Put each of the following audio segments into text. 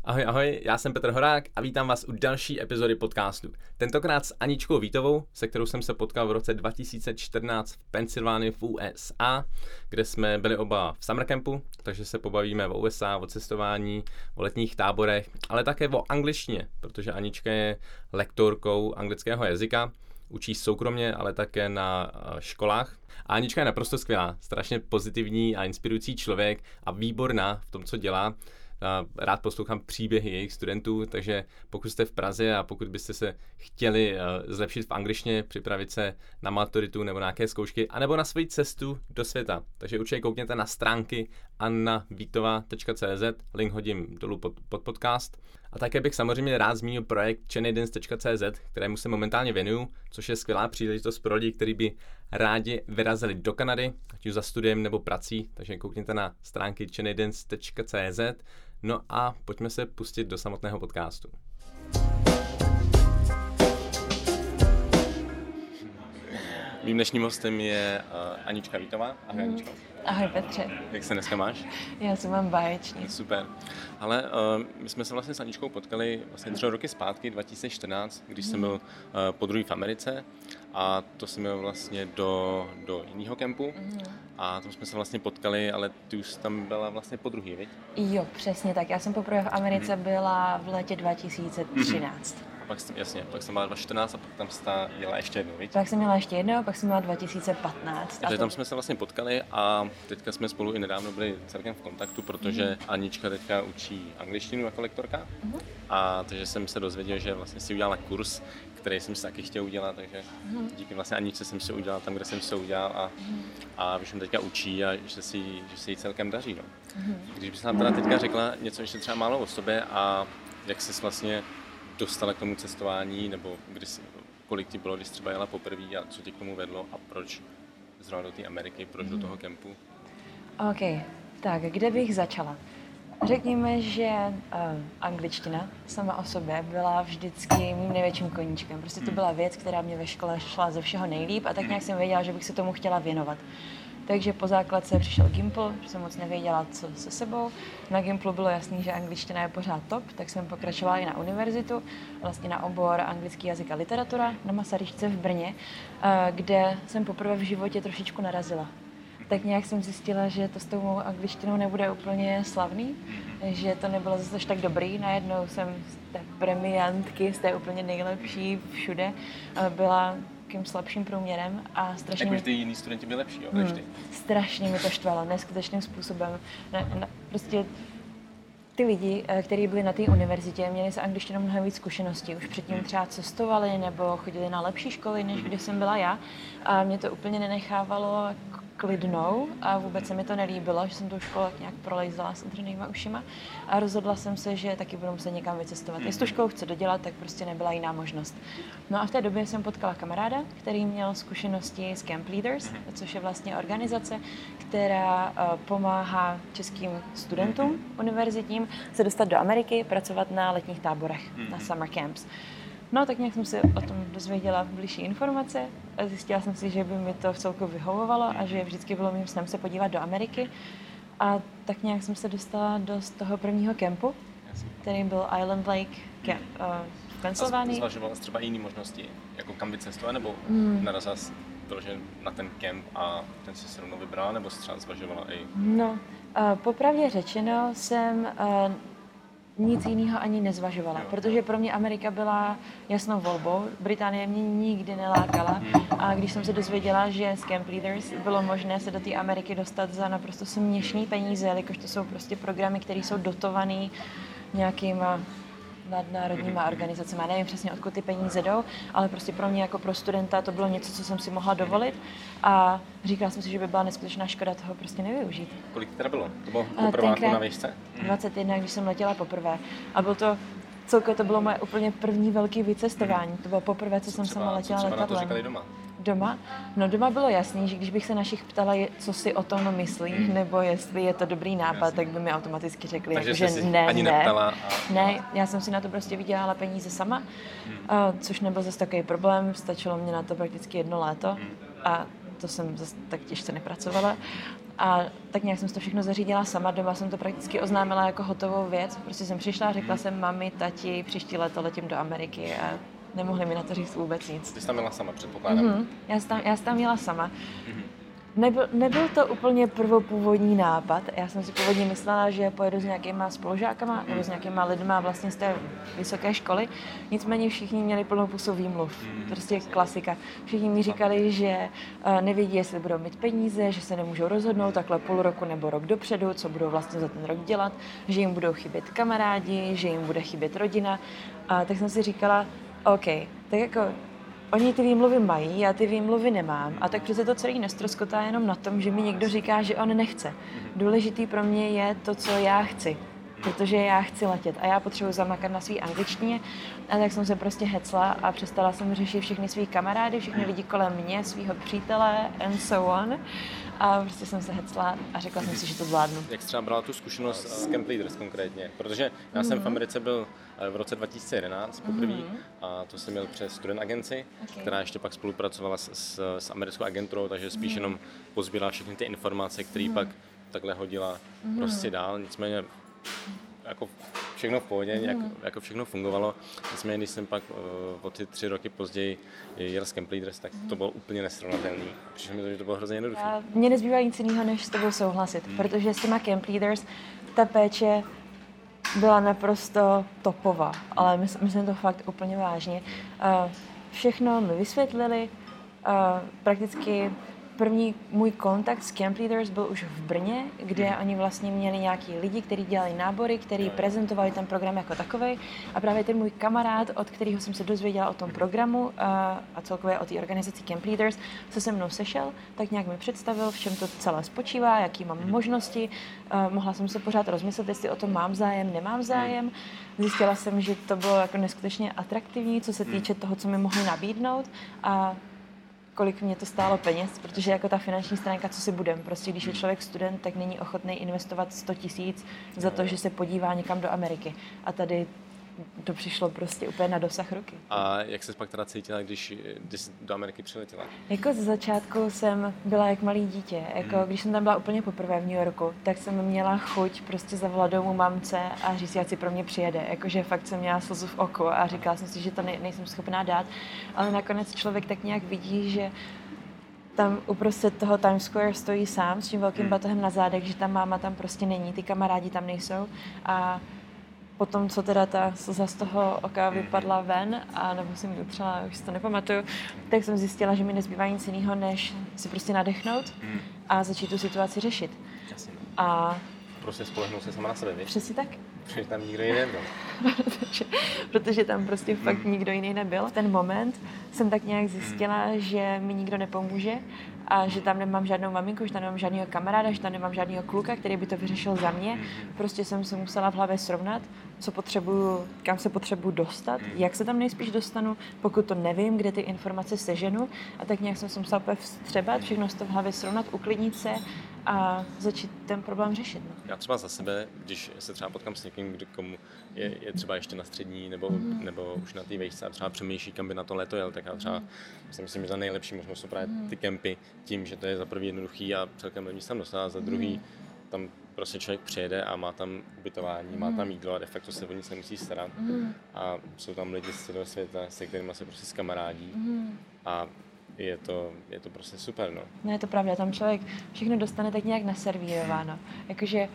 Ahoj, ahoj, já jsem Petr Horák a vítám vás u další epizody podcastu. Tentokrát s Aničkou Vítovou, se kterou jsem se potkal v roce 2014 v Pensylvánii v USA, kde jsme byli oba v summer campu, takže se pobavíme o USA, o cestování, o letních táborech, ale také o angličtině, protože Anička je lektorkou anglického jazyka, učí soukromně, ale také na školách. A Anička je naprosto skvělá, strašně pozitivní a inspirující člověk a výborná v tom, co dělá. Rád poslouchám příběhy jejich studentů, takže pokud jste v Praze a pokud byste se chtěli zlepšit v angličtině, připravit se na maturitu nebo nějaké zkoušky, anebo na svoji cestu do světa, takže určitě koukněte na stránky annavitova.cz, link hodím dolů pod podcast. A také bych samozřejmě rád zmínil projekt canadians.cz, kterému se momentálně věnuju, což je skvělá příležitost pro lidi, kteří by rádi vyrazili do Kanady, ať už za studiem nebo prací, takže koukněte na stránky canadians.cz. No a pojďme se pustit do samotného podcastu. Mým dnešním hostem je Anička Vítová. Ahoj Aničko. Ahoj Petře. Jak se dneska máš? Já se mám báječně. Super. Ale my jsme se vlastně s Aničkou potkali vlastně 3 roky zpátky, 2014, když jsem byl podruhé v Americe a to jsem byl vlastně do jiného kempu a tam jsme se vlastně potkali, ale ty už tam byla vlastně podruhé, viď? Jo, přesně tak. Já jsem poprvé v Americe byla v létě 2013. Pak jsem byla 2014 a pak tam jsi jela ještě jednou, viď? Pak jsem měla ještě jednou, pak jsem měla 2015. Takže tam jsme se vlastně potkali a teďka jsme spolu i nedávno byli celkem v kontaktu, protože Anička teďka učí angličtinu jako lektorka. A takže jsem se dozvěděl, že vlastně si udělala kurz, který jsem si taky chtěl udělat, takže díky vlastně Aničce jsem si udělal tam, kde jsem se udělal a už jsem teďka učí a že si jí celkem daří. No. Když bys nám teda teďka řekla něco ještě třeba málo o sobě a jak jsi vlastně dostala k tomu cestování, nebo kolik ti bylo, když třeba jela poprvé a co tě k tomu vedlo a proč zrovna do té Ameriky, proč do toho kempu? OK, tak kde bych začala? Řekněme, že angličtina sama o sobě byla vždycky mým největším koníčkem. Prostě to byla věc, která mě ve škole šla ze všeho nejlíp a tak nějak jsem věděla, že bych se tomu chtěla věnovat. Takže po základce přišel Gimpl, že jsem moc nevěděla, co se sebou. Na Gimplu bylo jasný, že angličtina je pořád top, tak jsem pokračovala i na univerzitu, vlastně na obor anglický jazyk a literatura na Masaryčce v Brně, kde jsem poprvé v životě trošičku narazila. Tak nějak jsem zjistila, že to s tou mou angličtinou nebude úplně slavný, že to nebylo zase tak dobrý. Najednou jsem z té premiantky, z té úplně nejlepší všude, byla takým slabším průměrem a strašně... Jakože ty jiní studenti byli lepší, jo, než ty? Strašně mi to štvalo, neskutečným způsobem. Prostě ty lidi, kteří byli na té univerzitě, měli s angličtinou mnohem víc zkušeností. Už předtím třeba cestovali nebo chodili na lepší školy, než kde jsem byla já. A mě to úplně nenechávalo klidnou a vůbec se mi to nelíbilo, že jsem tu školu nějak prolejzala s udřenýma ušima a rozhodla jsem se, že taky budu muset někam vycestovat. Jestli tu školu chci dodělat, tak prostě nebyla jiná možnost. No a v té době jsem potkala kamaráda, který měl zkušenosti s Camp Leaders, což je vlastně organizace, která pomáhá českým studentům univerzitním se dostat do Ameriky, pracovat na letních táborech, na summer camps. No, tak nějak jsem se o tom dozvěděla bližší informace a zjistila jsem si, že by mi to vcelku vyhovovalo a že vždycky bylo mým snem se podívat do Ameriky. A tak nějak jsem se dostala do toho prvního kempu, který byl Island Lake Camp v Pensylvánii. A zvažovala jsi třeba jiné možnosti, jako kam vycestovat, nebo narazila jsi vyloženě na ten kemp a ten si se rovnou vybrala, nebo jsi třeba zvažovala i... No, popravdě řečeno jsem... nic jiného ani nezvažovala, protože pro mě Amerika byla jasnou volbou. Británie mě nikdy nelákala a když jsem se dozvěděla, že s Camp Leaders bylo možné se do té Ameriky dostat za naprosto směšný peníze, jelikož to jsou prostě programy, které jsou dotované nějakýma nadnárodníma organizacemi. Já nevím přesně, odkud ty peníze jdou, ale prostě pro mě jako pro studenta to bylo něco, co jsem si mohla dovolit a říkala jsem si, že by byla neskutečná škoda toho prostě nevyužít. Kolik teda bylo? To bylo poprvé na výšce? 21, když jsem letěla poprvé. A byl to celkově to bylo moje úplně první velké vycestování. To bylo poprvé, co jsem sama letěla letadlem. Co třeba na to říkali doma? Doma? No doma bylo jasný, že když bych se našich ptala, co si o tom myslí, nebo jestli je to dobrý nápad, tak by mi automaticky řekli, takže jako, že ne, ani ne. Neptala Ne, já jsem si na to prostě vydělala peníze sama, což nebyl zase takový problém, stačilo mě na to prakticky 1 léto a to jsem zase tak těžce nepracovala. A tak nějak jsem to všechno zařídila sama, doma jsem to prakticky oznámila jako hotovou věc. Prostě jsem přišla a řekla jsem mami, tati, příští léto letím do Ameriky a nemohli mi na to říct vůbec nic. Ty jsi tam jela sama, předpokládám. Já jsem tam jela sama. Nebyl to úplně prvopůvodní nápad. Já jsem si původně myslela, že pojedu s nějakýma spolužákama nebo s nějakýma lidma vlastně z té vysoké školy. Nicméně všichni měli plnou pusu výmluv. Prostě klasika. Všichni mi říkali, že nevědí, jestli budou mít peníze, že se nemůžou rozhodnout takhle půl roku nebo rok dopředu, co budou vlastně za ten rok dělat, že jim budou chybět kamarádi, že jim bude chybět rodina. A tak jsem si říkala, OK, tak jako oni ty výmluvy mají, já ty výmluvy nemám. A tak přece to celé nestroskotá jenom na tom, že mi někdo říká, že on nechce. Důležitý pro mě je to, co já chci. Protože já chci letět a já potřebuji zamakat na svý angličtině. A tak jsem se prostě hecla a přestala jsem řešit všechny svý kamarády, všechny lidi kolem mě, svýho přítele and so on. A prostě jsem se hecla a řekla jsem si, že to zvládnu. Jak jsi třeba brala tu zkušenost s Camp Leaders konkrétně? Protože já jsem v Americe byl v roce 2011 poprvé a to jsem měl přes student agenci, která ještě pak spolupracovala s americkou agenturou, takže spíš jenom pozbírala všechny ty informace, které pak takhle hodila prostě dál. Nicméně jako všechno v pohodě, jako všechno fungovalo. Nicméně, když jsem pak o ty 3 roky později jel s Camp Leaders, tak to bylo úplně nesrovnatelný. Přišlo mi to, že to bylo hrozně jednoduché. Mně nezbývá nic jiného, než s tebou souhlasit, protože s těma Camp Leaders ta péče byla naprosto topová, ale myslím to fakt úplně vážně. Všechno mi vysvětlili, prakticky první můj kontakt s Camp Leaders byl už v Brně, kde oni vlastně měli nějaký lidi, kteří dělali nábory, kteří prezentovali ten program jako takovej. A právě ten můj kamarád, od kterého jsem se dozvěděla o tom programu a celkově o té organizaci Camp Leaders, se mnou sešel, tak nějak mi představil, v čem to celé spočívá, jaký mám možnosti. Mohla jsem se pořád rozmyslet, jestli o tom mám zájem, nemám zájem. Zjistila jsem, že to bylo jako neskutečně atraktivní, co se týče toho, co mi mohli nabídnout. A kolik mě to stálo peněz, protože jako ta finanční stránka, co si budem, prostě když je člověk student, tak není ochotný investovat 100 000 za to, že se podívá někam do Ameriky. A tady to přišlo prostě úplně na dosah ruky. A jak ses pak teda cítila, když jsi do Ameriky přiletěla? Jako ze začátku jsem byla jak malý dítě. Jako když jsem tam byla úplně poprvé v New Yorku, tak jsem měla chuť prostě zavolat domů mamce a říct, ať si pro mě přijede. Jakože fakt jsem měla slzu v oku a říkala jsem si, že to nejsem schopná dát. Ale nakonec člověk tak nějak vidí, že tam uprostřed toho Times Square stojí sám s tím velkým batohem na zádech, že ta máma tam prostě není, ty kamarádi tam nejsou. A potom, co teda ta slza z toho oka vypadla ven, a nebo jsem ji utřela, už si to nepamatuju, tak jsem zjistila, že mi nezbývá nic jiného, než si prostě nadechnout a začít tu situaci řešit. Jasně. A prostě spolehnout se sama na sebe, víš? Přesně tak. Protože tam nikdo jiný nebyl. protože tam prostě fakt nikdo jiný nebyl. V ten moment jsem tak nějak zjistila, že mi nikdo nepomůže a že tam nemám žádnou maminku, že tam nemám žádného kamaráda, že tam nemám žádného kluka, který by to vyřešil za mě. Prostě jsem se musela v hlavě srovnat, co potřebuju, kam se potřebuju dostat, jak se tam nejspíš dostanu, pokud to nevím, kde ty informace seženu. A tak nějak jsem se musela vstřebat, všechno z toho v hlavě srovnat, uklidnit se a začít ten problém řešit. No. Já třeba za sebe, když se třeba potkám s někým, komu je třeba ještě na střední nebo už na té vejšce a třeba přemýšlí, kam by na to léto jel, tak já třeba si myslím, že za nejlepší možnost jsou právě ty kempy tím, že to je za prvý jednoduchý a celkem levný se tam dostat, a za druhý tam prostě člověk přijede a má tam ubytování, má tam jídlo a de facto se o nic nemusí starat. A jsou tam lidi z celého světa, se kterými se prostě zkamarádí. A je to prostě super, no. No je to pravda, tam člověk všechno dostane tak nějak naservírováno. Jakože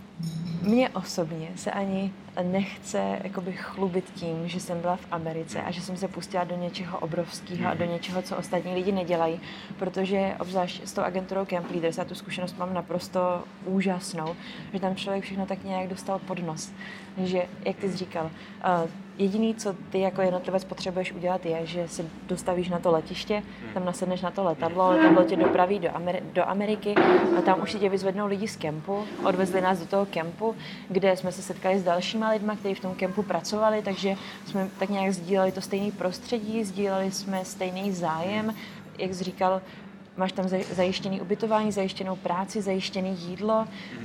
mně osobně se ani nechce jakoby chlubit tím, že jsem byla v Americe a že jsem se pustila do něčeho obrovského a do něčeho, co ostatní lidi nedělají, protože obzvlášť s tou agenturou Camp Leaders, já tu zkušenost mám naprosto úžasnou, že tam člověk všechno tak nějak dostal pod nos. Že, jak ty jsi říkal, jediný, co ty jako jednotlivec potřebuješ udělat, je, že se dostavíš na to letiště, tam nasedneš na to letadlo tě dopraví do Ameriky a tam už tě vyzvednou lidi z kempu, odvezli nás do toho kempu, kde jsme se setkali s dalšíma lidma, kteří v tom kempu pracovali, takže jsme tak nějak sdíleli to stejné prostředí, sdíleli jsme stejný zájem, jak jsi říkal, máš tam zajištěné ubytování, zajištěnou práci, zajištěné jídlo.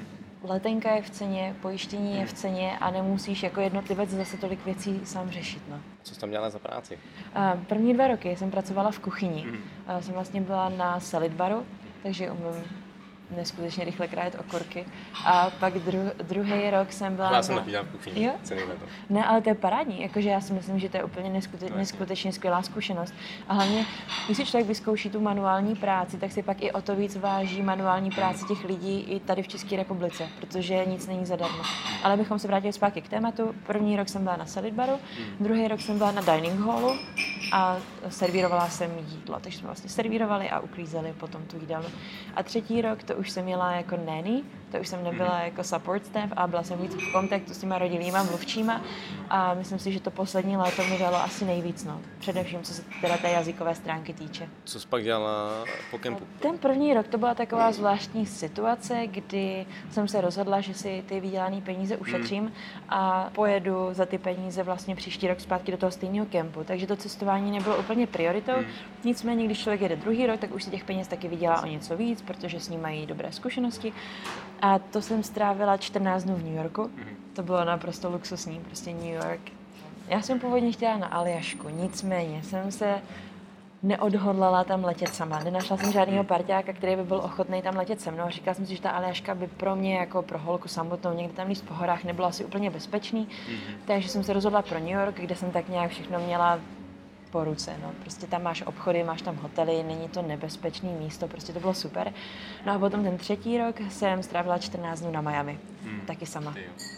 letenka je v ceně, pojištění je v ceně a nemusíš jako jednotlivec zase tolik věcí sám řešit. No. Co jsi tam dělala za práci? První 2 roky jsem pracovala v kuchyni. Jsem vlastně byla na salad baru, takže umím neskutečně rychle krájet okurky. A pak druhý rok jsem byla Já jsem taky dělala v kuchyni celý leto. Ne, ale to je parádní, jakože já si myslím, že to je úplně neskutečně skvělá zkušenost. A hlavně, když si člověk vyzkouší tu manuální práci, tak si pak i o to víc váží manuální práci těch lidí i tady v České republice, protože nic není zadarmo. Ale bychom se vrátili zpátky k tématu. První rok jsem byla na salad baru, druhý rok jsem byla na dining hallu a servírovala jsem jídlo. Takže jsme vlastně servírovali a uklízeli potom tu jídelnu. A třetí rok to už jsem jela jako nanny, to už jsem nebyla jako support staff a byla jsem víc v kontaktu s těma rodilýma mluvčíma a myslím si, že to poslední léto mi dalo asi nejvíc, no. Především, co se teda té jazykové stránky týče. Co jsi pak dělala po kempu? Ten první rok to byla taková zvláštní situace, kdy jsem se rozhodla, že si ty vydělané peníze ušetřím a pojedu za ty peníze vlastně příští rok zpátky do toho stejného kempu. Takže to cestování nebylo úplně prioritou. Nicméně, když člověk jede druhý rok, tak už si těch peněz taky vydělá o něco víc, protože s ním mají dobré zkušenosti. A to jsem strávila 14 dnů v New Yorku. To bylo naprosto luxusní, prostě New York. Já jsem původně chtěla na Aljašku, nicméně jsem se neodhodlala tam letět sama. Nenašla jsem žádného parťáka, který by byl ochotný tam letět se mnou. Říkala jsem si, že ta Aljaška by pro mě jako pro holku samotnou někde tam líst po horách nebylo asi úplně bezpečný. Takže jsem se rozhodla pro New York, kde jsem tak nějak všechno měla po ruce, no. Prostě tam máš obchody, máš tam hotely, není to nebezpečné místo, prostě to bylo super. No a potom ten třetí rok jsem strávila 14 dnů na Miami, taky sama.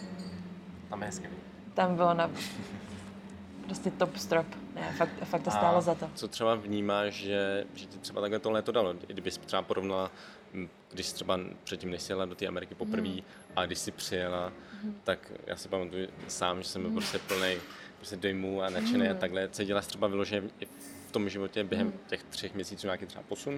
Tam je hezky. Tam bylo prostě top strop, ne, fakt to stálo za to. Co třeba vnímáš, že ti třeba takhle to léto dalo, kdybys třeba porovnala, když třeba předtím, než jsi jela do té Ameriky poprvé a když jsi přijela, tak já si pamatuju sám, že jsem byl prostě plnej prostě dojmů a nadšený a takhle. Cítila jsi třeba vyloženě v tom životě během těch 3 měsíců nějaký třeba posun?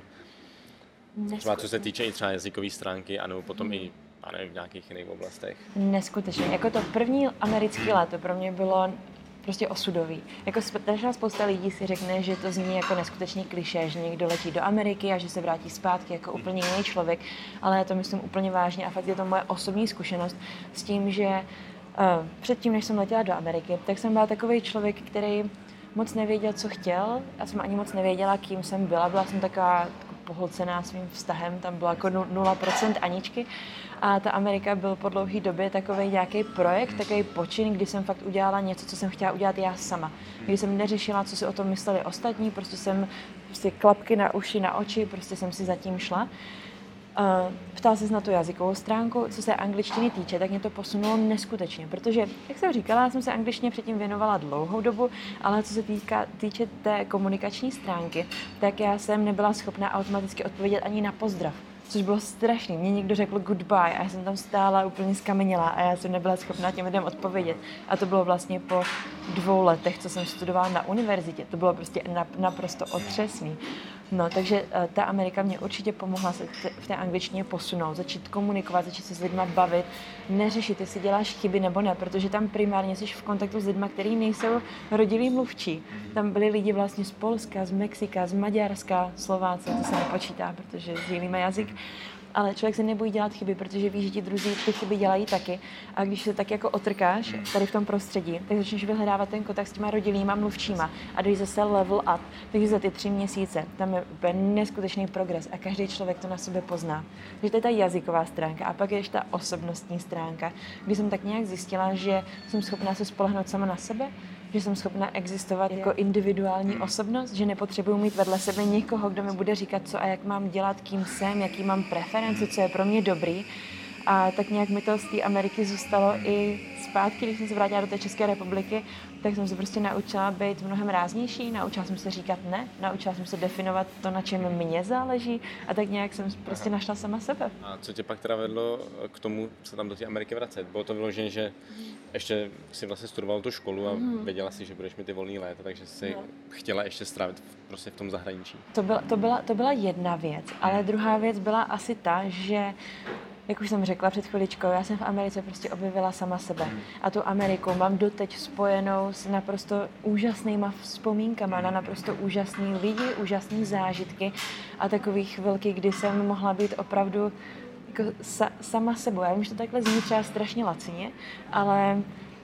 Třeba co se týče i třeba jazykové stránky, anebo potom i v nějakých jiných oblastech? Neskutečně. Jako to první americké léto pro mě bylo prostě osudový. Jako strašná spousta lidí si řekne, že to zní jako neskutečný klišé, že někdo letí do Ameriky a že se vrátí zpátky jako úplně jiný člověk, ale já to myslím úplně vážně a fakt je to moje osobní zkušenost s tím, že předtím, než jsem letěla do Ameriky, tak jsem byla takový člověk, který moc nevěděl, co chtěl. Já jsem ani moc nevěděla, kým jsem byla. Byla jsem taková pohlcená svým vztahem, tam byla jako 0% Aničky. A ta Amerika byl po dlouhé době takový nějaký projekt, takový počin, kdy jsem fakt udělala něco, co jsem chtěla udělat já sama. Kdy jsem neřešila, co si o tom mysleli ostatní, prostě jsem klapky na uši, na oči, prostě jsem si zatím šla. Ptal ses na tu jazykovou stránku, co se angličtiny týče, tak mě to posunulo neskutečně, protože, jak jsem říkala, já jsem se angličtině předtím věnovala dlouhou dobu, ale co se týče té komunikační stránky, tak já jsem nebyla schopná automaticky odpovědět ani na pozdrav. Což bylo strašný. Mně někdo řekl goodbye a já jsem tam stála úplně skamenělá a já jsem nebyla schopná těm lidem odpovědět. A to bylo vlastně po 2 letech, co jsem studovala na univerzitě. To bylo prostě naprosto otřesný. No, takže ta Amerika mě určitě pomohla se v té angličtině posunout, začít komunikovat, začít se s lidma bavit, neřešit, jestli děláš chyby nebo ne, protože tam primárně jsi v kontaktu s lidma, kteří nejsou rodilí mluvčí. Tam byli lidi vlastně z Polska, z Mexika, z Maďarska, Slováci, to se nepočítá, protože sdílíme jazyk. Ale člověk se nebojí dělat chyby, protože ví, že ti druzí ty chyby dělají taky. A když se tak jako otrkáš tady v tom prostředí, tak začneš vyhledávat ten kontakt s těma rodilýma mluvčíma a jdeš zase level up. Takže za ty 3 měsíce tam je úplně neskutečný progres a každý člověk to na sobě pozná. Takže to je ta jazyková stránka a pak je ještě ta osobnostní stránka, kdy jsem tak nějak zjistila, že jsem schopná se spolehnout sama na sebe, že jsem schopná existovat jako individuální osobnost, že nepotřebuji mít vedle sebe někoho, kdo mi bude říkat, co a jak mám dělat, kým jsem, jaký mám preference, co je pro mě dobrý. A tak nějak mi to z té Ameriky zůstalo i zpátky, když jsem se vrátila do té České republiky, tak jsem se prostě naučila být mnohem ráznější, naučila jsem se říkat ne, naučila jsem se definovat to, na čem mě záleží a tak nějak jsem prostě našla sama sebe. A co tě pak teda vedlo k tomu, se tam do té Ameriky vracet? Bylo to vyložené, že ještě si vlastně studoval tu školu a věděla si, že budeš mít ty volný léta, takže si chtěla ještě strávit prostě v tom zahraničí? To byla jedna věc, ale druhá věc byla asi ta, že jak už jsem řekla před chviličkou, já jsem v Americe prostě objevila sama sebe. A tu Ameriku mám doteď spojenou s naprosto úžasnýma vzpomínkama na naprosto úžasný lidi, úžasný zážitky a takový chvilky, kdy jsem mohla být opravdu jako sama sebou. Já vím, že to takhle zní třeba strašně lacině, ale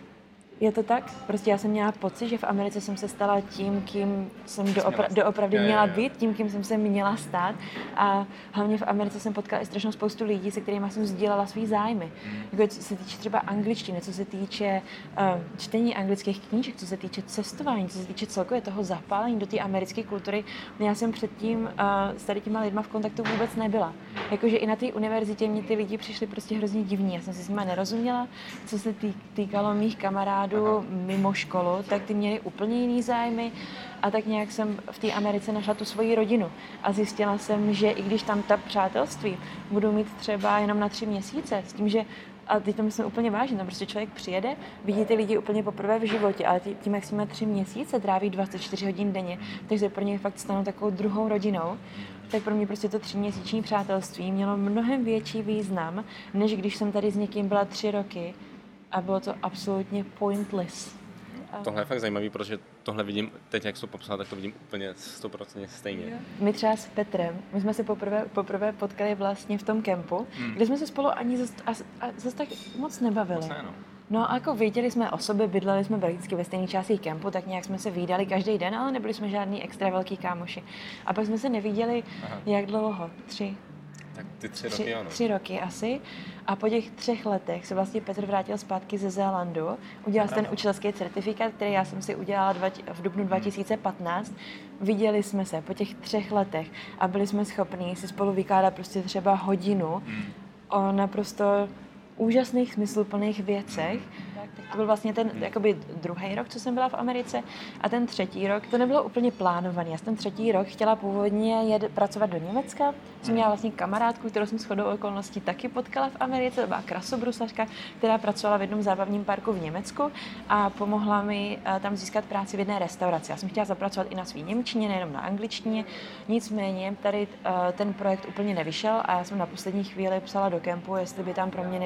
je to tak. Prostě já jsem měla pocit, že v Americe jsem se stala tím, kým jsem doopravdy měla být, tím, kým jsem se měla stát. A hlavně v Americe jsem potkala i strašnou spoustu lidí, se kterými jsem sdílela svý zájmy. Jako co se týče třeba angličtiny, co se týče čtení anglických knížek, co se týče cestování, co se týče celkově toho zapálení do té americké kultury. Já jsem předtím s tady těma lidma v kontaktu vůbec nebyla. Jakože i na té univerzitě mě ty lidi přišli prostě hrozně divní. Já jsem si s nimi nerozuměla. Co se týkalo mých kamarádů mimo školu, tak ty měli úplně jiný zájmy a tak nějak jsem v té Americe našla tu svoji rodinu a zjistila jsem, že i když tam ta přátelství budou mít třeba jenom na 3 měsíce, s tím, že a teď to myslím úplně vážně, tam prostě člověk přijede, vidí ty lidi úplně poprvé v životě, ale tím, jak s nimi 3 měsíce tráví 24 hodin denně, takže pro ně fakt stanou takovou druhou rodinou, tak pro mě prostě to 3měsíční přátelství mělo mnohem větší význam, než když jsem tady s někým byla 3 roky a bylo to absolutně pointless. Tohle je fakt zajímavý, protože tohle vidím, teď jak jsi to popsala, tak to vidím úplně 100% stejně. My třeba s Petrem, my jsme se poprvé potkali vlastně v tom kempu, kde jsme se spolu ani zase tak moc nebavili. No a jako věděli jsme o sobě, bydleli jsme prakticky ve stejné části kempu, tak nějak jsme se vídali každý den, ale nebyli jsme žádný extra velký kámoši. A pak jsme se neviděli jak dlouho? 3. Tak ty 3 roky, ano. 3 roky asi. A po těch 3 letech se vlastně Petr vrátil zpátky ze Zélandu. Udělal ten učitelský certifikát, který já jsem si udělala v dubnu 2015. Viděli jsme se po těch 3 letech a byli jsme schopní si spolu vykládat prostě třeba hodinu o naprosto úžasných, smysluplných věcech. Tak to byl vlastně ten jakoby 2. rok, co jsem byla v Americe, a ten 3. rok, to nebylo úplně plánovaný. Já jsem ten 3. rok chtěla původně pracovat do Německa. Jsem měla vlastně kamarádku, kterou jsem shodou okolností taky potkala v Americe, to byla krasobruslařka, která pracovala v jednom zábavním parku v Německu a pomohla mi tam získat práci v jedné restauraci. Já jsem chtěla zapracovat i na svý němčině, nejenom na angličtině. Nicméně tady ten projekt úplně nevyšel a já jsem na poslední chvíli psala do kempu, jestli by tam pro mě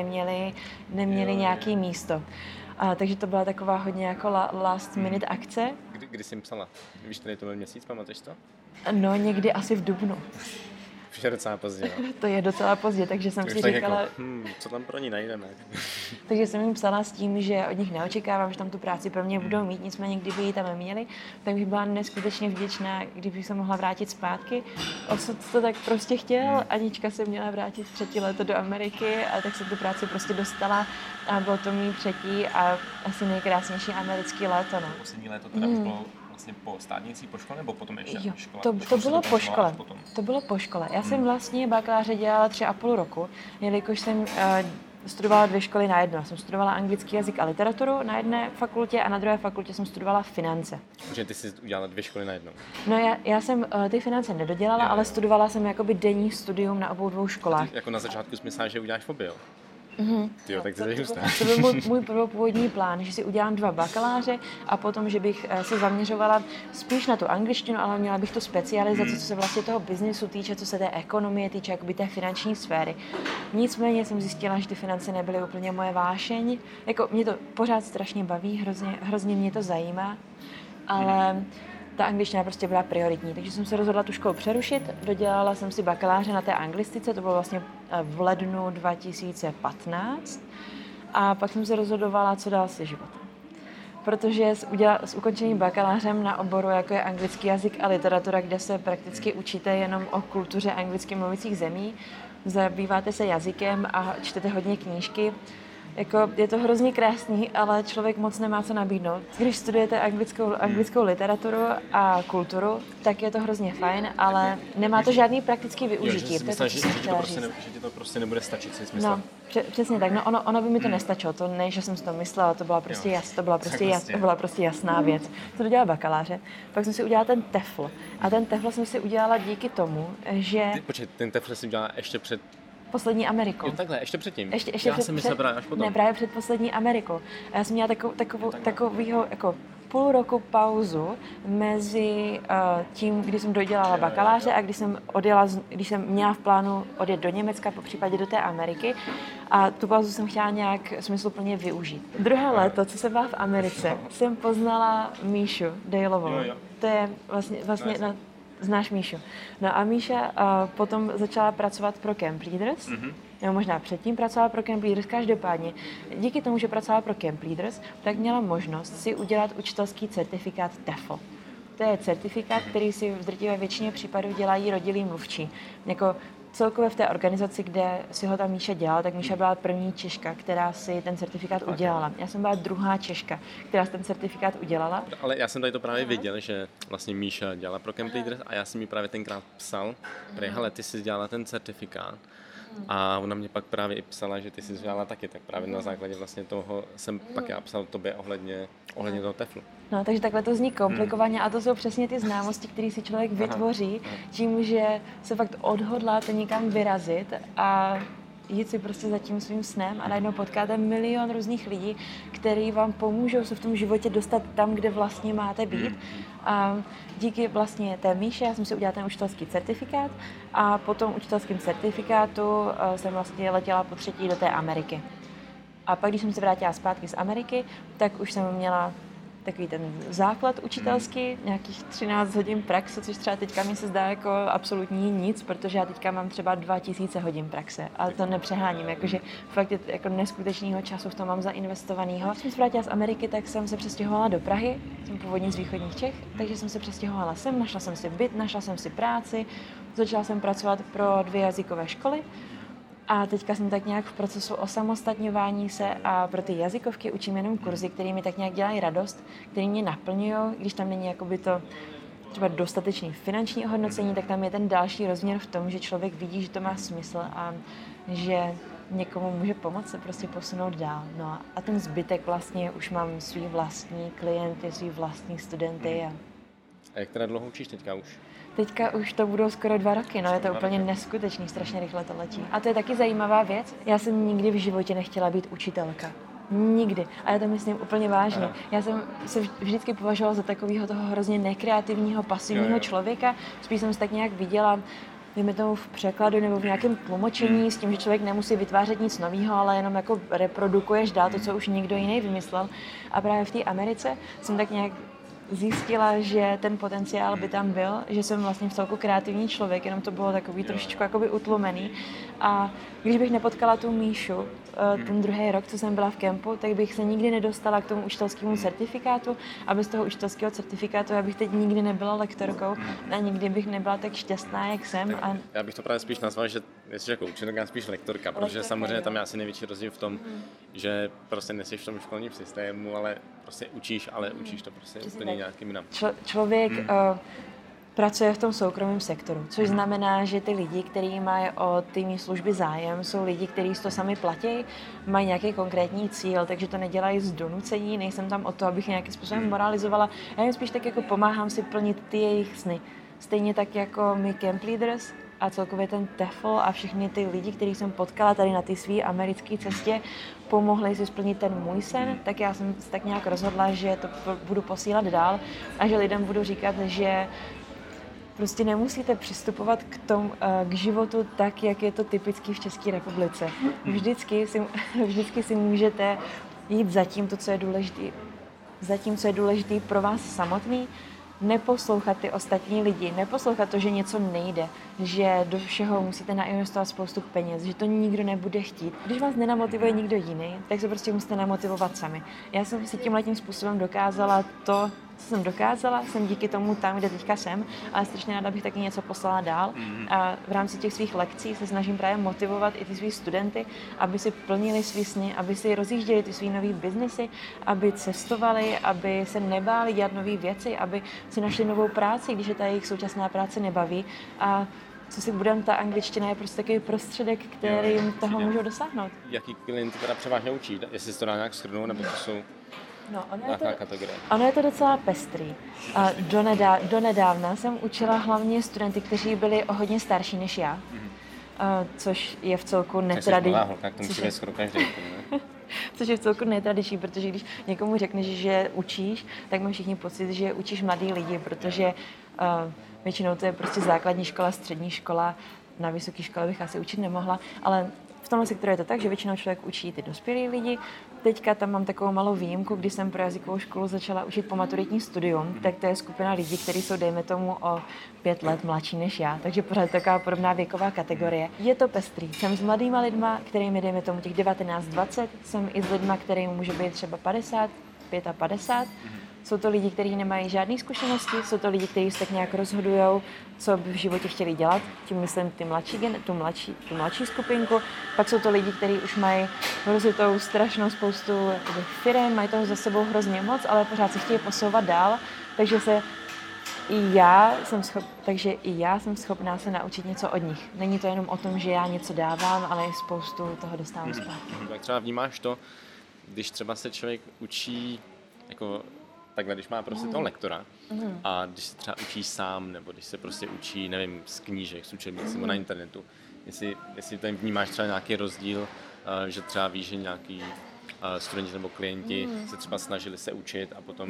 neměli nějaké místo. Takže to byla taková hodně jako last minute akce. Kdy jsi jim psala? Víš, tady to byl měsíc, pamatuješ to? No, někdy asi v dubnu. Už je docela pozdě, no. To je docela pozdě, takže jsem si říkala... Jako, co tam pro ní najdeme? Takže jsem jim psala s tím, že od nich neočekávám, že tam tu práci pro mě budou mít, nicméně kdyby ji tam měli, tak bych byla neskutečně vděčná, kdybych se mohla vrátit zpátky. Osud to tak prostě chtěl, Anička se měla vrátit 3. leto do Ameriky a tak se tu práci prostě dostala a bylo to mý 3. a asi nejkrásnější americký léto, no. Poslední léto teda už bylo vlastně po státnicí, po škole, nebo potom ještě škola? To bylo po škole. To bylo po škole. Já jsem vlastně bakaláře dělala 3,5 roku, jelikož jsem studovala 2 školy na jedno. Jsem studovala anglický jazyk a literaturu na jedné fakultě a na druhé fakultě jsem studovala finance. Takže ty jsi udělala 2 školy na jedno? No já jsem ty finance nedodělala, ale studovala jsem jakoby denní studium na obou 2 školách. Jako na začátku jsi myslela, že uděláš obil? Tyjo, tak to byl můj prvopůvodní plán, že si udělám 2 bakaláře a potom, že bych se zaměřovala spíš na tu angličtinu, ale měla bych tu specializaci, co se vlastně toho biznisu týče, co se té ekonomie týče, jakoby té finanční sféry. Nicméně jsem zjistila, že ty finance nebyly úplně moje vášeň. Jako mě to pořád strašně baví, hrozně mě to zajímá, ale ta angličtina prostě byla prioritní, takže jsem se rozhodla tu školu přerušit, dodělala jsem si bakaláře na té anglistice, to bylo vlastně v lednu 2015 a pak jsem se rozhodovala, co dál se životem. Protože s ukončeným bakalářem na oboru, jako je anglický jazyk a literatura, kde se prakticky učíte jenom o kultuře anglicky mluvících zemí, zabýváte se jazykem a čtete hodně knížky, jako, je to hrozně krásný, ale člověk moc nemá co nabídnout. Když studujete anglickou literaturu a kulturu, tak je to hrozně fajn, ale nemá to žádný praktický využití. Jo, že ti to prostě nebude stačit, si smysl. No, přesně tak. No, ono by mi to nestačilo. To ne, že jsem si to myslela, to byla prostě jasná věc. To dodělala bakaláře. Pak jsem si udělala ten TEFL. A ten TEFL jsem si udělala díky tomu, že... Počkej, ten TEFL jsem udělala ještě před... Poslední Amerikou. Jo, takhle, ještě předtím. Já jsem myslel právě až potom. Ne, právě před poslední Amerikou. Já jsem měla takovýho jako půl roku pauzu mezi tím, kdy jsem dodělala bakaláře a když jsem měla v plánu odjet do Německa, popřípadě do té Ameriky. A tu pauzu jsem chtěla nějak smysluplně využít. Druhé léto, co jsem byla v Americe, jsem poznala Míšu Dejlovou. To je vlastně znáš Míšu. No a Míša potom začala pracovat pro Camp Leaders nebo možná předtím pracovala pro Camp Leaders, každopádně díky tomu, že pracovala pro Camp Leaders, tak měla možnost si udělat učitelský certifikát TEFL. To je certifikát, který si v drtivé většině případů dělají rodilí mluvčí. Jako celkově v té organizaci, kde si ho tam Míša dělala, tak Míša byla první Češka, která si ten certifikát udělala. Já jsem byla druhá Češka, která si ten certifikát udělala. Ale já jsem tady to právě viděl, že vlastně Míša dělala pro Camp Leaders a já jsem mi právě tenkrát psal, hele, ty jsi dělala ten certifikát. A ona mě pak právě i psala, že ty jsi dělala taky, tak právě na základě vlastně toho jsem pak já psal tobě ohledně toho TEFLu. No, takže takhle to zní komplikovaně a to jsou přesně ty známosti, které si člověk vytvoří tím, že se fakt odhodlá to někam vyrazit a jít si prostě za tím svým snem a najednou potkáte milion různých lidí, kteří vám pomůžou se v tom životě dostat tam, kde vlastně máte být. A díky vlastně té Míše já jsem si udělala ten učitelský certifikát a po tom učitelském certifikátu jsem vlastně letěla po třetí do té Ameriky. A pak, když jsem se vrátila zpátky z Ameriky, tak už jsem měla takový ten základ učitelský, nějakých 13 hodin praxe, což třeba teďka mi se zdá jako absolutní nic, protože já teďka mám třeba 2000 hodin praxe, ale to nepřeháním, jakože fakt je jako neskutečného času v tom mám zainvestovaného. Když jsem se vrátila z Ameriky, tak jsem se přestěhovala do Prahy, jsem původně z východních Čech, takže jsem se přestěhovala sem, našla jsem si byt, našla jsem si práci, začala jsem pracovat pro 2 jazykové školy. A teďka jsem tak nějak v procesu osamostatňování se a pro ty jazykovky učím jenom kurzy, které mi tak nějak dělají radost, které mě naplňují, když tam není jakoby to třeba dostatečný finanční ohodnocení, tak tam je ten další rozměr v tom, že člověk vidí, že to má smysl a že někomu může pomoct se prostě posunout dál. No a ten zbytek vlastně už mám svý vlastní klienty, svý vlastní studenty. A jak teda dlouho učíš teďka už? Teďka už to budou skoro 2 roky, no je to úplně neskutečný, strašně rychle to letí. A to je taky zajímavá věc. Já jsem nikdy v životě nechtěla být učitelka. Nikdy. A já to myslím úplně vážně. Já jsem se vždycky považovala za takového toho hrozně nekreativního, pasivního člověka. Spíš jsem se tak nějak viděla, dejme tomu v překladu nebo v nějakém tlumočení s tím, že člověk nemusí vytvářet nic nového, ale jenom jako reprodukuješ dál to, co už někdo jiný vymyslel. A právě v té Americe jsem tak nějak zjistila, že ten potenciál by tam byl, že jsem vlastně v celku kreativní člověk, jenom to bylo takový trošičku jakoby utlumený. A když bych nepotkala tu Míšu, ten druhý rok, co jsem byla v kempu, tak bych se nikdy nedostala k tomu učitelskému certifikátu a bez toho učitelského certifikátu já bych teď nikdy nebyla lektorkou a nikdy bych nebyla tak šťastná, jak jsem. A já bych to právě spíš nazval, že jsi jako učitelka, spíš lektorka, protože samozřejmě tam je asi největší rozdíl v tom, že prostě nejsi v tom školním systému, ale prostě učíš, ale učíš to prostě úplně nějakým jinam. Člověk pracuje v tom soukromém sektoru, což znamená, že ty lidi, kteří mají o ty mý služby zájem, jsou lidi, kteří to sami platí, mají nějaký konkrétní cíl, takže to nedělají z donucení, nejsem tam o to, abych nějakým způsobem moralizovala, já jim spíš tak jako pomáhám si plnit ty jejich sny. Stejně tak jako my Camp Leaders a celkově ten TEFL a všechny ty lidi, který jsem potkala tady na té své americké cestě, pomohli si splnit ten můj sen, tak já jsem tak nějak rozhodla, že to budu posílat dál a že lidem budu říkat, že prostě nemusíte přistupovat k životu tak, jak je to typický v České republice. Vždycky si můžete jít za tím, co je důležitý pro vás samotný, neposlouchat ty ostatní lidi, neposlouchat to, že něco nejde, že do všeho musíte nainvestovat spoustu peněz, že to nikdo nebude chtít. Když vás nenamotivuje nikdo jiný, tak se prostě musíte namotivovat sami. Já jsem si tímhletím způsobem dokázala to, co jsem dokázala, jsem díky tomu tam, kde teďka jsem, ale strašně ráda bych taky něco poslala dál. A v rámci těch svých lekcí se snažím právě motivovat i ty svý studenty, aby si plnili svý sny, aby si rozjížděli ty svý nový biznesy, aby cestovali, aby se nebáli dělat nové věci, aby si našli novou práci, když je ta jejich současná práce nebaví. A co si budeme, ta angličtina je prostě takový prostředek, kterým toho můžou dosáhnout. Jaký klienty teda převážně učí? Jestli se to dá nějak shrnout, nebo to jsou... No, ono je to docela pestrý. Donedávna jsem učila hlavně studenty, kteří byli o hodně starší než já, což je v celku netradiční. Což je v celku netradiční, protože když někomu řekneš, že učíš, tak mají všichni pocit, že učíš mladý lidi, protože většinou to je prostě základní škola, střední škola, na vysoké škole bych asi učit nemohla, ale v tomhle sektoru je to tak, že většinou člověk učí ty dospělí lidi. Teďka tam mám takovou malou výjimku, když jsem pro jazykovou školu začala učit po maturitní studium, tak to je skupina lidí, kteří jsou, dejme tomu, o 5 let mladší než já, takže pořád taková podobná věková kategorie. Je to pestrý. Jsem s mladýma lidma, kterými, dejme tomu, těch 19-20, jsem i s lidma, kterým může být třeba 50, 55. Jsou to lidi, kteří nemají žádné zkušenosti, jsou to lidi, kteří se tak nějak rozhodují, co by v životě chtěli dělat, tím myslím tu mladší skupinku. Pak jsou to lidi, kteří už mají rozjetou strašnou spoustu firem, mají toho za sebou hrozně moc, ale pořád se chtějí posouvat dál, takže i já jsem schopná se naučit něco od nich. Není to jenom o tom, že já něco dávám, ale i spoustu toho dostávám zpátky. Tak třeba vnímáš to, když třeba se člověk učí jako takhle, když má prostě toho lektora a když se třeba učí sám, nebo když se prostě učí, nevím, z knížek, z učebnic nebo na internetu, jestli tam vnímáš třeba nějaký rozdíl, že třeba víš, že nějaký studenti nebo klienti se třeba snažili se učit a potom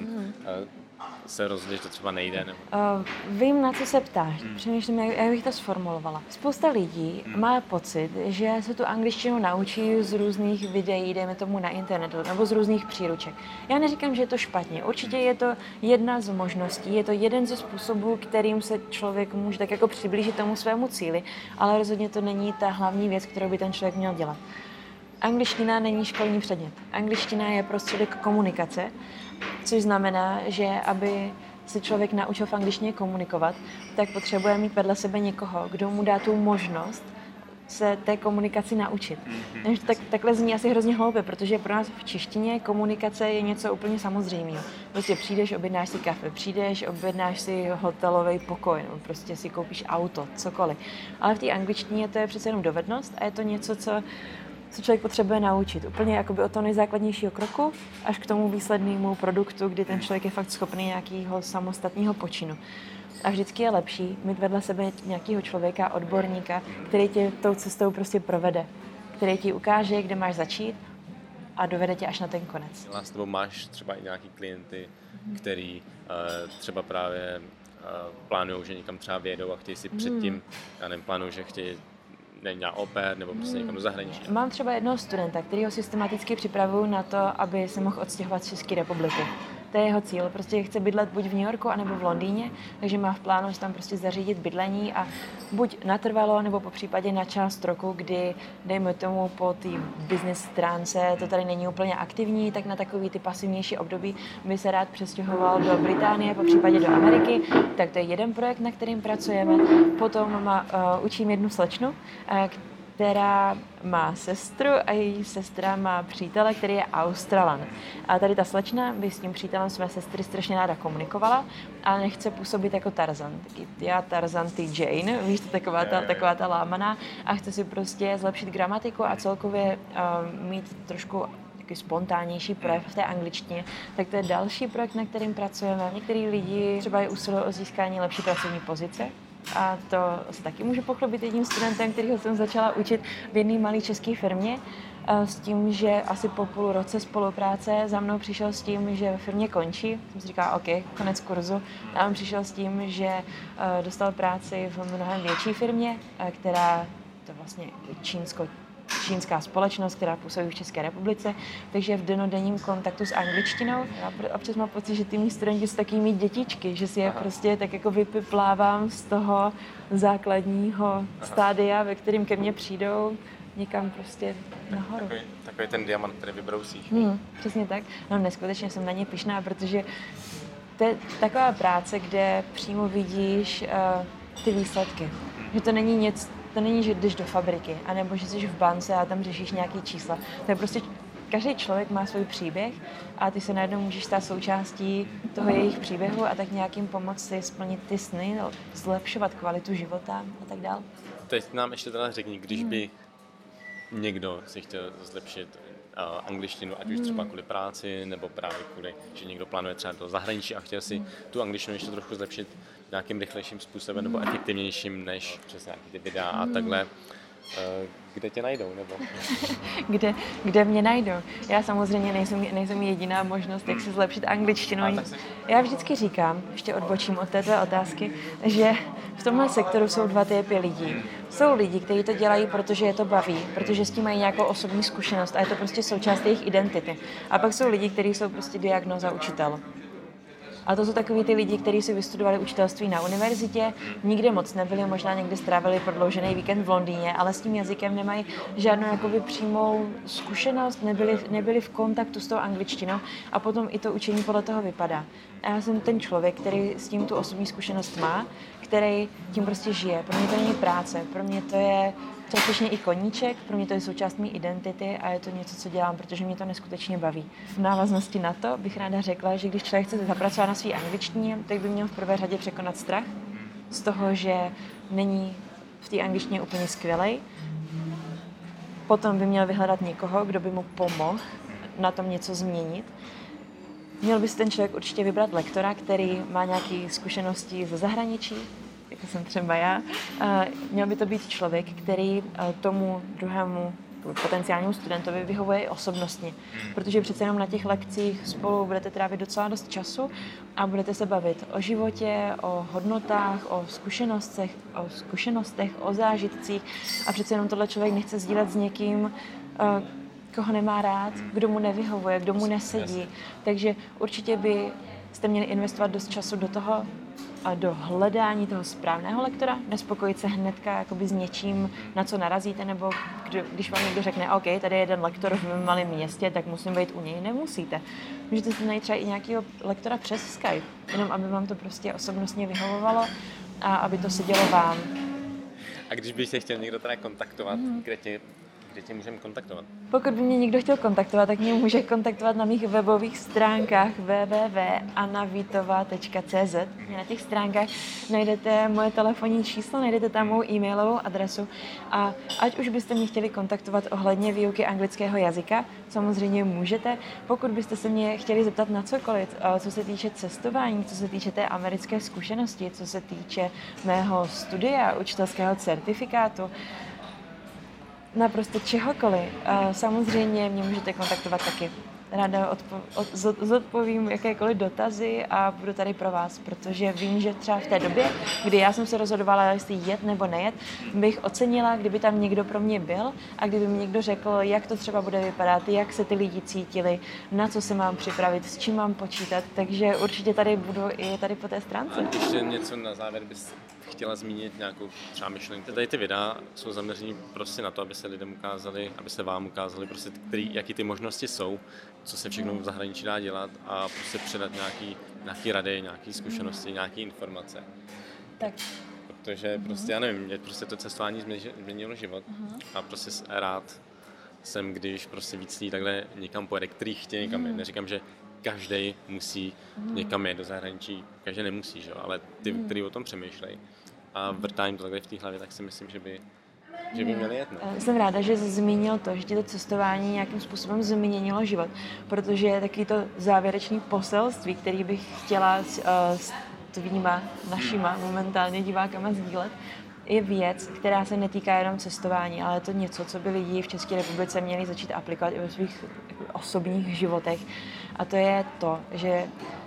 se rozhodli, že to třeba nejde. Nebo... Vím, na co se ptáš. Přemýšlím, jak bych to sformulovala. Spousta lidí má pocit, že se tu angličtinu naučí z různých videí, dejme tomu na internetu, nebo z různých příruček. Já neříkám, že je to špatně. Určitě je to jedna z možností, je to jeden ze způsobů, kterým se člověk může tak jako přiblížit tomu svému cíli, ale rozhodně to není ta hlavní věc, kterou by ten člověk měl dělat. Angličtina není školní předmět. Angličtina je prostředek komunikace, což znamená, že aby se člověk naučil v angličtině komunikovat, tak potřebuje mít vedle sebe někoho, kdo mu dá tu možnost se té komunikaci naučit. Takhle zní asi hrozně hloupě, protože pro nás v češtině komunikace je něco úplně samozřejmého. Prostě přijdeš, objednáš si kafe, objednáš si hotelový pokoj, nebo prostě si koupíš auto, cokoliv. Ale v té angličtině to je přece jenom dovednost a je to něco, co člověk potřebuje naučit. Úplně jakoby od toho nejzákladnějšího kroku až k tomu výslednému produktu, kdy ten člověk je fakt schopný nějakého samostatného počinu. A vždycky je lepší mít vedle sebe nějakého člověka, odborníka, který tě tou cestou prostě provede, který ti ukáže, kde máš začít a dovede tě až na ten konec. S tebou máš třeba i nějaký klienty, který třeba právě plánují, že někam třeba vyjedou a chtějí si předtím, já nevím, plánují, že chtějí na oper nebo prostě někam do zahraničí. Mám třeba jednoho studenta, kterýho systematicky připravuju na to, aby se mohl odstěhovat z České republiky. To je jeho cíl, prostě chce bydlet buď v New Yorku, anebo v Londýně, takže má v plánu tam prostě zařídit bydlení a buď natrvalo, nebo po případě na část roku, kdy, dejme tomu, po té business stránce to tady není úplně aktivní, tak na takový ty pasivnější období by se rád přestěhoval do Británie, po případě do Ameriky, tak to je jeden projekt, na kterým pracujeme. Potom učím jednu slečnu, která má sestru a její sestra má přítele, který je Australan. A tady ta slečna by s tím přítelem své sestry strašně ráda komunikovala, ale nechce působit jako Tarzan. Taky já Tarzan, ty Jane, víš, to taková ta lámaná a chce si prostě zlepšit gramatiku a celkově mít trošku spontánnější projev v té angličtině, tak to je další projekt, na kterým pracujeme. Některý lidi třeba i usilují o získání lepší pracovní pozice. A to se taky můžu pochlubit jedním studentem, kterýho jsem začala učit v jedné malé české firmě, s tím, že asi po půl roce spolupráce za mnou přišel s tím, že ve firmě končí. Jsem si říkala, OK, konec kurzu. A on přišel s tím, že dostal práci v mnohem větší firmě, která to vlastně čínská společnost, která působí v České republice, takže v dennodenním kontaktu s angličtinou. Já občas mám pocit, že ty mý studenti jsou taky mý dětičky, že si je prostě tak jako vypiplávám z toho základního stádia, ve kterým ke mně přijdou, někam prostě nahoru. Takový ten diamant, který vybrousíš. Přesně tak. No neskutečně jsem na ně pyšná, protože to je taková práce, kde přímo vidíš ty výsledky. Že to není, že jdeš do fabriky, anebo že jsi v bance a tam řešíš nějaký čísla. To je prostě, každý člověk má svůj příběh a ty se najednou můžeš stát součástí toho jejich příběhu a tak nějakým pomoci splnit ty sny, zlepšovat kvalitu života a tak dál. Teď nám ještě teda řekni, když by někdo si chtěl zlepšit angličtinu, ať už třeba kvůli práci, nebo právě kvůli, že někdo plánuje třeba do zahraničí a chtěl si tu angličtinu ještě trošku zlepšit nějakým rychlejším způsobem nebo efektivnějším než přes nějaké ty videa a takhle. Kde tě najdou, nebo? kde mě najdou. Já samozřejmě nejsem jediná možnost, jak si zlepšit angličtinu. Já vždycky říkám, ještě odbočím od této otázky, že v tomhle sektoru jsou dva typy lidí. Jsou lidi, kteří to dělají, protože je to baví, protože s tím mají nějakou osobní zkušenost a je to prostě součást jejich identity. A pak jsou lidi, kteří jsou prostě diagnóza učitel. A to jsou takový ty lidi, kteří si vystudovali učitelství na univerzitě, nikde moc nebyli, možná někde strávili prodloužený víkend v Londýně, ale s tím jazykem nemají žádnou jakoby přímou zkušenost, nebyli v kontaktu s tou angličtinou a potom i to učení podle toho vypadá. A já jsem ten člověk, který s tím tu osobní zkušenost má, který tím prostě žije. Pro mě to není práce, pro mě to je částečně i koníček, pro mě to je součást mé identity a je to něco, co dělám, protože mě to neskutečně baví. V návaznosti na to bych ráda řekla, že když člověk chce zapracovat na své angličtině, tak by měl v prvé řadě překonat strach z toho, že není v té angličtině úplně skvělej. Potom by měl vyhledat někoho, kdo by mu pomohl na tom něco změnit. Měl by si ten člověk určitě vybrat lektora, který má nějaké zkušenosti ze zahraničí, jako jsem třeba já. Měl by to být člověk, který tomu druhému potenciálnímu studentovi vyhovuje i osobnostně, protože přece jenom na těch lekcích spolu budete trávit docela dost času a budete se bavit o životě, o hodnotách, o zkušenostech, o zážitcích a přece jenom tohle člověk nechce sdílet s někým, koho nemá rád, kdo mu nevyhovuje, kdo mu nesedí. Takže určitě byste měli investovat dost času do toho a do hledání toho správného lektora, nespokojit se hnedka jakoby s něčím, na co narazíte, nebo když vám někdo řekne, OK, tady je jeden lektor v mém malém městě, tak musím být u něj, nemusíte. Můžete si najít třeba i nějakého lektora přes Skype, jenom aby vám to prostě osobnostně vyhovovalo a aby to sedělo vám. A když by se chtěl někdo teda kontaktovat, kde tě můžeme kontaktovat? Pokud by mě někdo chtěl kontaktovat, tak mě může kontaktovat na mých webových stránkách www.annavitova.cz. Na těch stránkách najdete moje telefonní číslo, najdete tam mou e-mailovou adresu a ať už byste mě chtěli kontaktovat ohledně výuky anglického jazyka, samozřejmě můžete. Pokud byste se mě chtěli zeptat na cokoliv, co se týče cestování, co se týče té americké zkušenosti, co se týče mého studia, učitelského certifikátu, naprosto čehokoliv. Samozřejmě mě můžete kontaktovat taky. Ráda zodpovím jakékoliv dotazy a budu tady pro vás, protože vím, že třeba v té době, kdy já jsem se rozhodovala, jestli jet nebo nejet, bych ocenila, kdyby tam někdo pro mě byl a kdyby mi někdo řekl, jak to třeba bude vypadat, jak se ty lidi cítili, na co se mám připravit, s čím mám počítat, takže určitě tady budu i tady po té stránce. A ještě něco na závěr bys chtěla zmínit, nějakou třeba myšlenku. Tady ty videa jsou zaměřené prostě na to, aby se lidem ukázali, aby se vám ukázali, prostě jaký ty možnosti jsou, co se všechno v zahraničí dá dělat a prostě předat nějaký rady, nějaké zkušenosti, nějaké informace. Tak. Protože prostě, já nevím, mě prostě to cestování změnilo život a prostě rád jsem, když prostě víc lidí takhle někam pojede, který chtějí někam jít. Neříkám, že každý musí někam jít do zahraničí, každý nemusí, že? Ale ty, kteří o tom přemýšlejí a vrtá jim to takhle v té hlavě, tak si myslím, že by měli jet. No. Jsem ráda, že jsi zmínil to, že ti to cestování nějakým způsobem změnilo život, protože taky to závěrečné poselství, který bych chtěla s tvýma, našima momentálně divákama sdílet, je věc, která se netýká jenom cestování, ale je to něco, co by lidi v České republice měli začít aplikovat i ve svých osobních životech. A to je to, že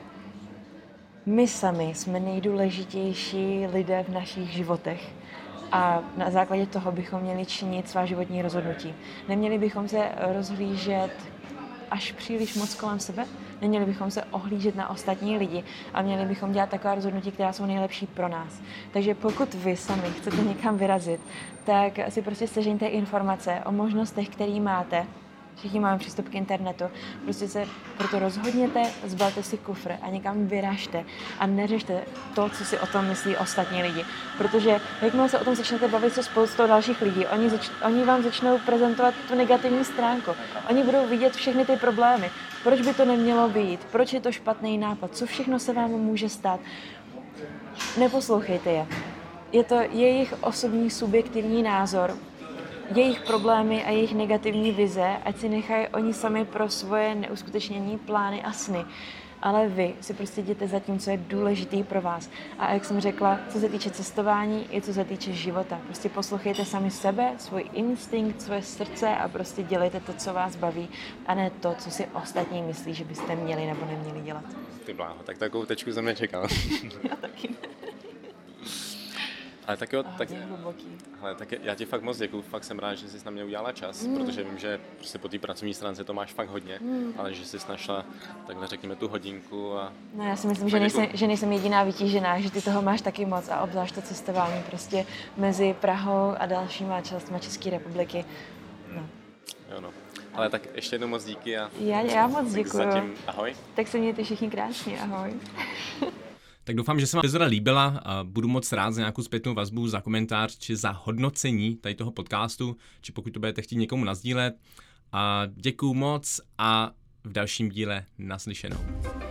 my sami jsme nejdůležitější lidé v našich životech. A na základě toho bychom měli činit svá životní rozhodnutí. Neměli bychom se rozhlížet až příliš moc kolem sebe, neměli bychom se ohlížet na ostatní lidi a měli bychom dělat taková rozhodnutí, která jsou nejlepší pro nás. Takže pokud vy sami chcete někam vyrazit, tak si prostě sežeňte informace o možnostech, které máte. Všichni máme přístup k internetu. Prostě se proto rozhodněte, zbalte si kufr a někam vyražte a neřešte to, co si o tom myslí ostatní lidi. Protože jakmile se o tom začnete bavit se spoustou dalších lidí, oni vám začnou prezentovat tu negativní stránku. Oni budou vidět všechny ty problémy. Proč by to nemělo být? Proč je to špatný nápad? Co všechno se vám může stát? Neposlouchejte je. Je to jejich osobní subjektivní názor, jejich problémy a jejich negativní vize, ať si nechají oni sami pro svoje neuskutečnění plány a sny. ale vy si prostě jděte za tím, co je důležitý pro vás. A jak jsem řekla, co se týče cestování i co se týče života. Prostě poslouchejte sami sebe, svůj instinkt, svoje srdce a prostě dělejte to, co vás baví, a ne to, co si ostatní myslí, že byste měli nebo neměli dělat. Ty bláho, tak takovou tečku jsem nečekal. Já taky. Ale tak jo, tak já ti fakt moc děkuju, fakt jsem rád, že jsi na mě udělala čas, protože vím, že prostě po té pracovní stránce to máš fakt hodně, ale že jsi našla takhle řekněme tu hodinku a... No já si myslím, že nejsem jediná vytížená, že ty toho máš taky moc a obzvlášť to cestování prostě mezi Prahou a dalšíma částmi České republiky. No. Jo no. Ale tak ještě jednou moc díky a... Já moc děkuju. Zatím ahoj. Tak se mějte všichni krásně, ahoj. Tak doufám, že se vám epizoda líbila a budu moc rád za nějakou zpětnou vazbu, za komentář či za hodnocení tady toho podcastu, či pokud to budete chtít někomu nasdílet. A děkuju moc a v dalším díle naslyšenou.